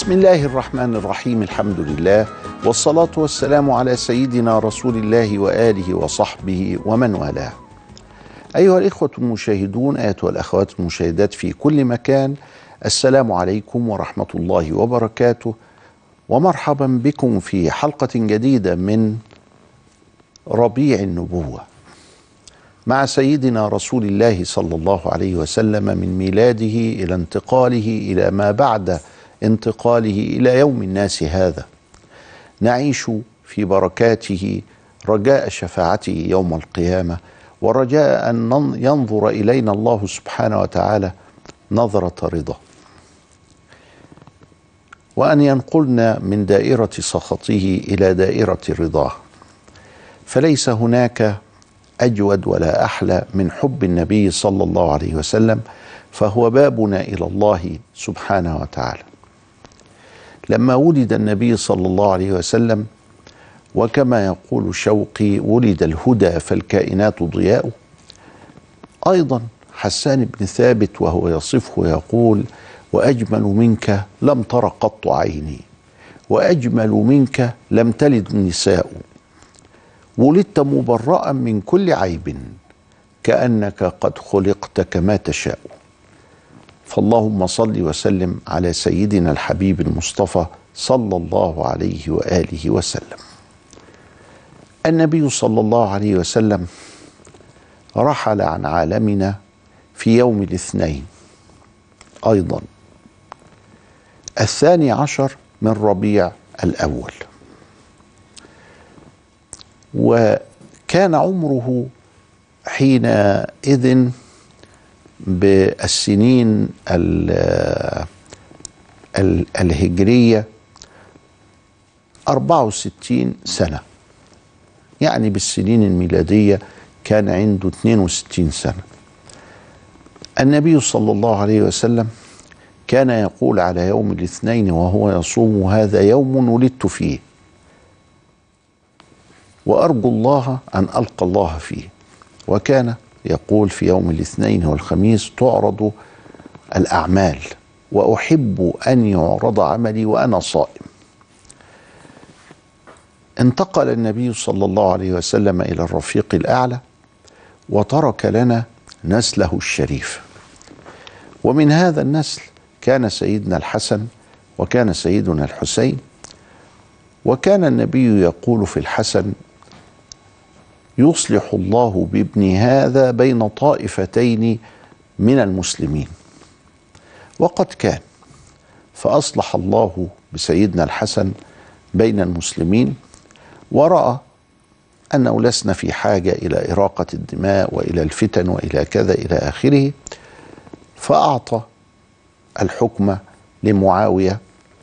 بسم الله الرحمن الرحيم. الحمد لله والصلاة والسلام على سيدنا رسول الله وآله وصحبه ومن والاه. أيها الإخوة المشاهدون، أيها الأخوات المشاهدات في كل مكان، السلام عليكم ورحمة الله وبركاته، ومرحبا بكم في حلقة جديدة من ربيع النبوة مع سيدنا رسول الله صلى الله عليه وسلم، من ميلاده إلى انتقاله إلى ما بعد انتقاله إلى يوم الناس هذا. نعيش في بركاته رجاء شفاعته يوم القيامة، ورجاء أن ينظر إلينا الله سبحانه وتعالى نظرة رضا، وأن ينقلنا من دائرة سخطه إلى دائرة رضاه. فليس هناك أجود ولا أحلى من حب النبي صلى الله عليه وسلم، فهو بابنا إلى الله سبحانه وتعالى. لما ولد النبي صلى الله عليه وسلم، وكما يقول شوقي: ولد الهدى فالكائنات ضياء، أيضا حسان بن ثابت وهو يصفه يقول: وأجمل منك لم تر قط عيني، وأجمل منك لم تلد النساء، ولدت مبرأ من كل عيب، كأنك قد خلقت كما تشاء. فاللهم صل وسلم على سيدنا الحبيب المصطفى صلى الله عليه وآله وسلم. النبي صلى الله عليه وسلم رحل عن عالمنا في يوم الاثنين، أيضا 12 من ربيع الأول، وكان عمره حينئذ بالسنين الهجرية 64 سنة، يعني بالسنين الميلادية كان عنده 62 سنة. النبي صلى الله عليه وسلم كان يقول على يوم الاثنين وهو يصوم: هذا يوم ولدت فيه، وأرجو الله أن ألقى الله فيه. وكان يقول: في يوم الاثنين والخميس تعرض الأعمال، وأحب أن يعرض عملي وأنا صائم. انتقل النبي صلى الله عليه وسلم إلى الرفيق الأعلى، وترك لنا نسله الشريف، ومن هذا النسل كان سيدنا الحسن وكان سيدنا الحسين. وكان النبي يقول في الحسن: يصلح الله بابن هذا بين طائفتين من المسلمين. وقد كان، فأصلح الله بسيدنا الحسن بين المسلمين، ورأى أنه لسنا في حاجة إلى إراقة الدماء وإلى الفتن وإلى كذا إلى آخره، فأعطى الحكم لمعاوية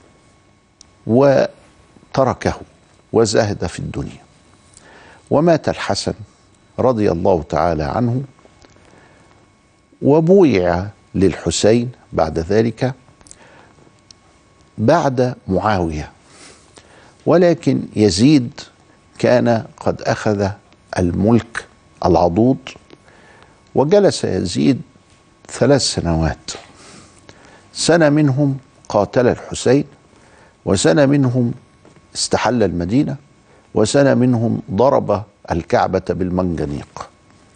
وتركه وزهد في الدنيا. ومات الحسن رضي الله تعالى عنه، وبويع للحسين بعد ذلك بعد معاوية. ولكن يزيد كان قد أخذ الملك العضوض، وجلس يزيد 3 سنوات، سنة منهم قاتل الحسين، وسنة منهم استحل المدينة، وسنة منهم ضرب الكعبة بالمنجنيق.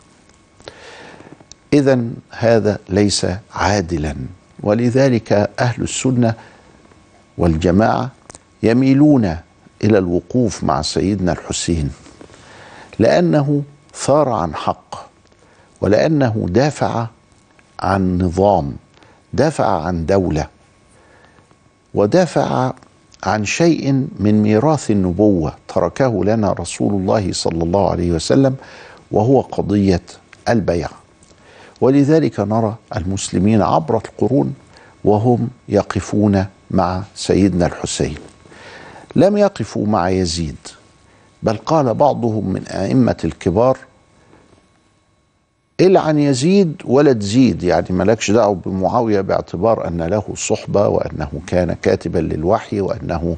إذن هذا ليس عادلا، ولذلك أهل السنة والجماعة يميلون إلى الوقوف مع سيدنا الحسين، لأنه ثار عن حق، ولأنه دافع عن نظام، دافع عن دولة، ودافع عن شيء من ميراث النبوة تركه لنا رسول الله صلى الله عليه وسلم، وهو قضية البيعة. ولذلك نرى المسلمين عبر القرون وهم يقفون مع سيدنا الحسين، لم يقفوا مع يزيد، بل قال بعضهم من أئمة الكبار: العن يزيد ولا تزيد، يعني مالكش دعوه بمعاوية، باعتبار أن له صحبة، وأنه كان كاتبا للوحي، وأنه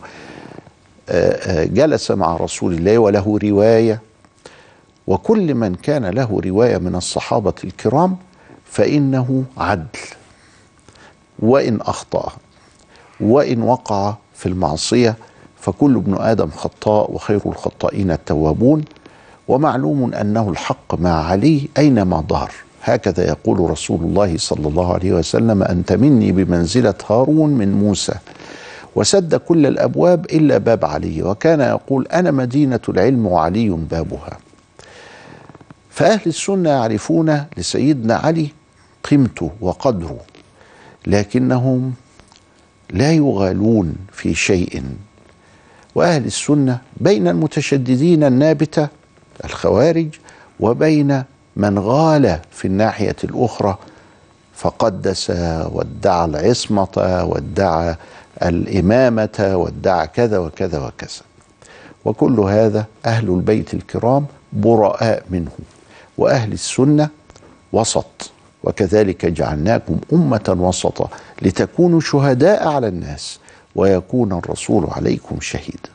جلس مع رسول الله وله رواية. وكل من كان له رواية من الصحابة الكرام فإنه عدل وإن أخطأ. وإن وقع في المعصية فكل ابن آدم خطاء وخير الخطائين التوابون. ومعلوم أنه الحق مع علي أينما ظهر، هكذا يقول رسول الله صلى الله عليه وسلم: أنت مني بمنزلة هارون من موسى، وسد كل الأبواب إلا باب علي، وكان يقول: أنا مدينة العلم وعلي بابها. فأهل السنة يعرفون لسيدنا علي قيمته وقدره، لكنهم لا يغالون في شيء. وأهل السنة بين المتشددين النابتة الخوارج وبين من غال في الناحية الأخرى فقدس وادعى العصمة وادعى الإمامة وادعى كذا وكذا وكذا. وكل هذا أهل البيت الكرام براء منه، وأهل السنة وسط. وكذلك جعلناكم أمة وسطا لتكونوا شهداء على الناس ويكون الرسول عليكم شهيدا.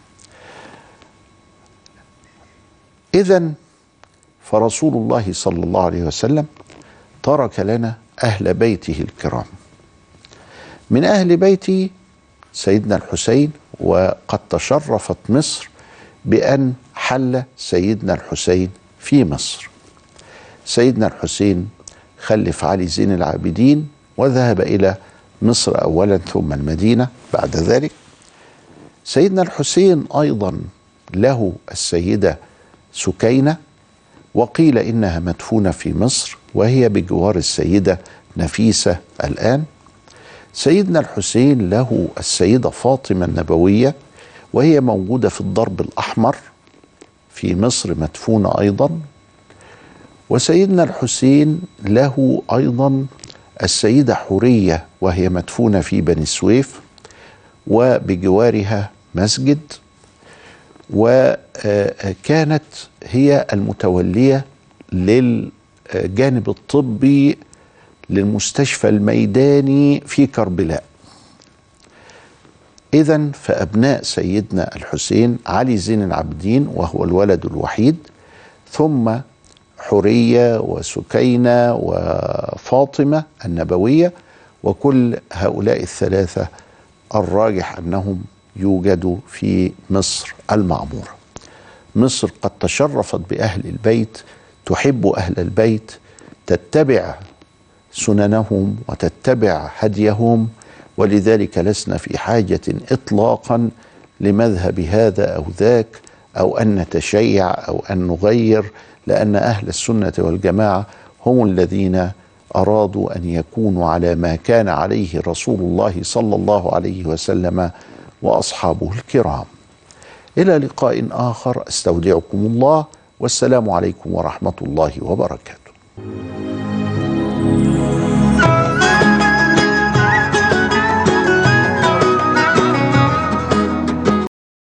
إذن فرسول الله صلى الله عليه وسلم ترك لنا أهل بيته الكرام. من أهل بيته سيدنا الحسين، وقد تشرفت مصر بأن حل سيدنا الحسين في مصر. سيدنا الحسين خلف علي زين العابدين وذهب إلى مصر أولا ثم المدينة بعد ذلك. سيدنا الحسين أيضا له السيدة سكينة، وقيل إنها مدفونة في مصر وهي بجوار السيدة نفيسة الآن. سيدنا الحسين له السيدة فاطمة النبوية، وهي موجودة في الضرب الأحمر في مصر مدفونة أيضا. وسيدنا الحسين له أيضا السيدة حورية وهي مدفونة في بني سويف وبجوارها مسجد، وكانت هي المتولية للجانب الطبي للمستشفى الميداني في كربلاء. إذن فأبناء سيدنا الحسين علي زين العابدين وهو الولد الوحيد، ثم حورية وسكينة وفاطمة النبوية، وكل هؤلاء الثلاثة الراجح أنهم يوجدوا في مصر المعمورة. مصر قد تشرفت بأهل البيت، تحب أهل البيت، تتبع سننهم وتتبع هديهم، ولذلك لسنا في حاجة إطلاقا لمذهب هذا أو ذاك أو أن نتشيع أو أن نغير، لأن أهل السنة والجماعة هم الذين أرادوا أن يكونوا على ما كان عليه رسول الله صلى الله عليه وسلم وأصحابه الكرام. إلى لقاء آخر، أستودعكم الله، والسلام عليكم ورحمة الله وبركاته.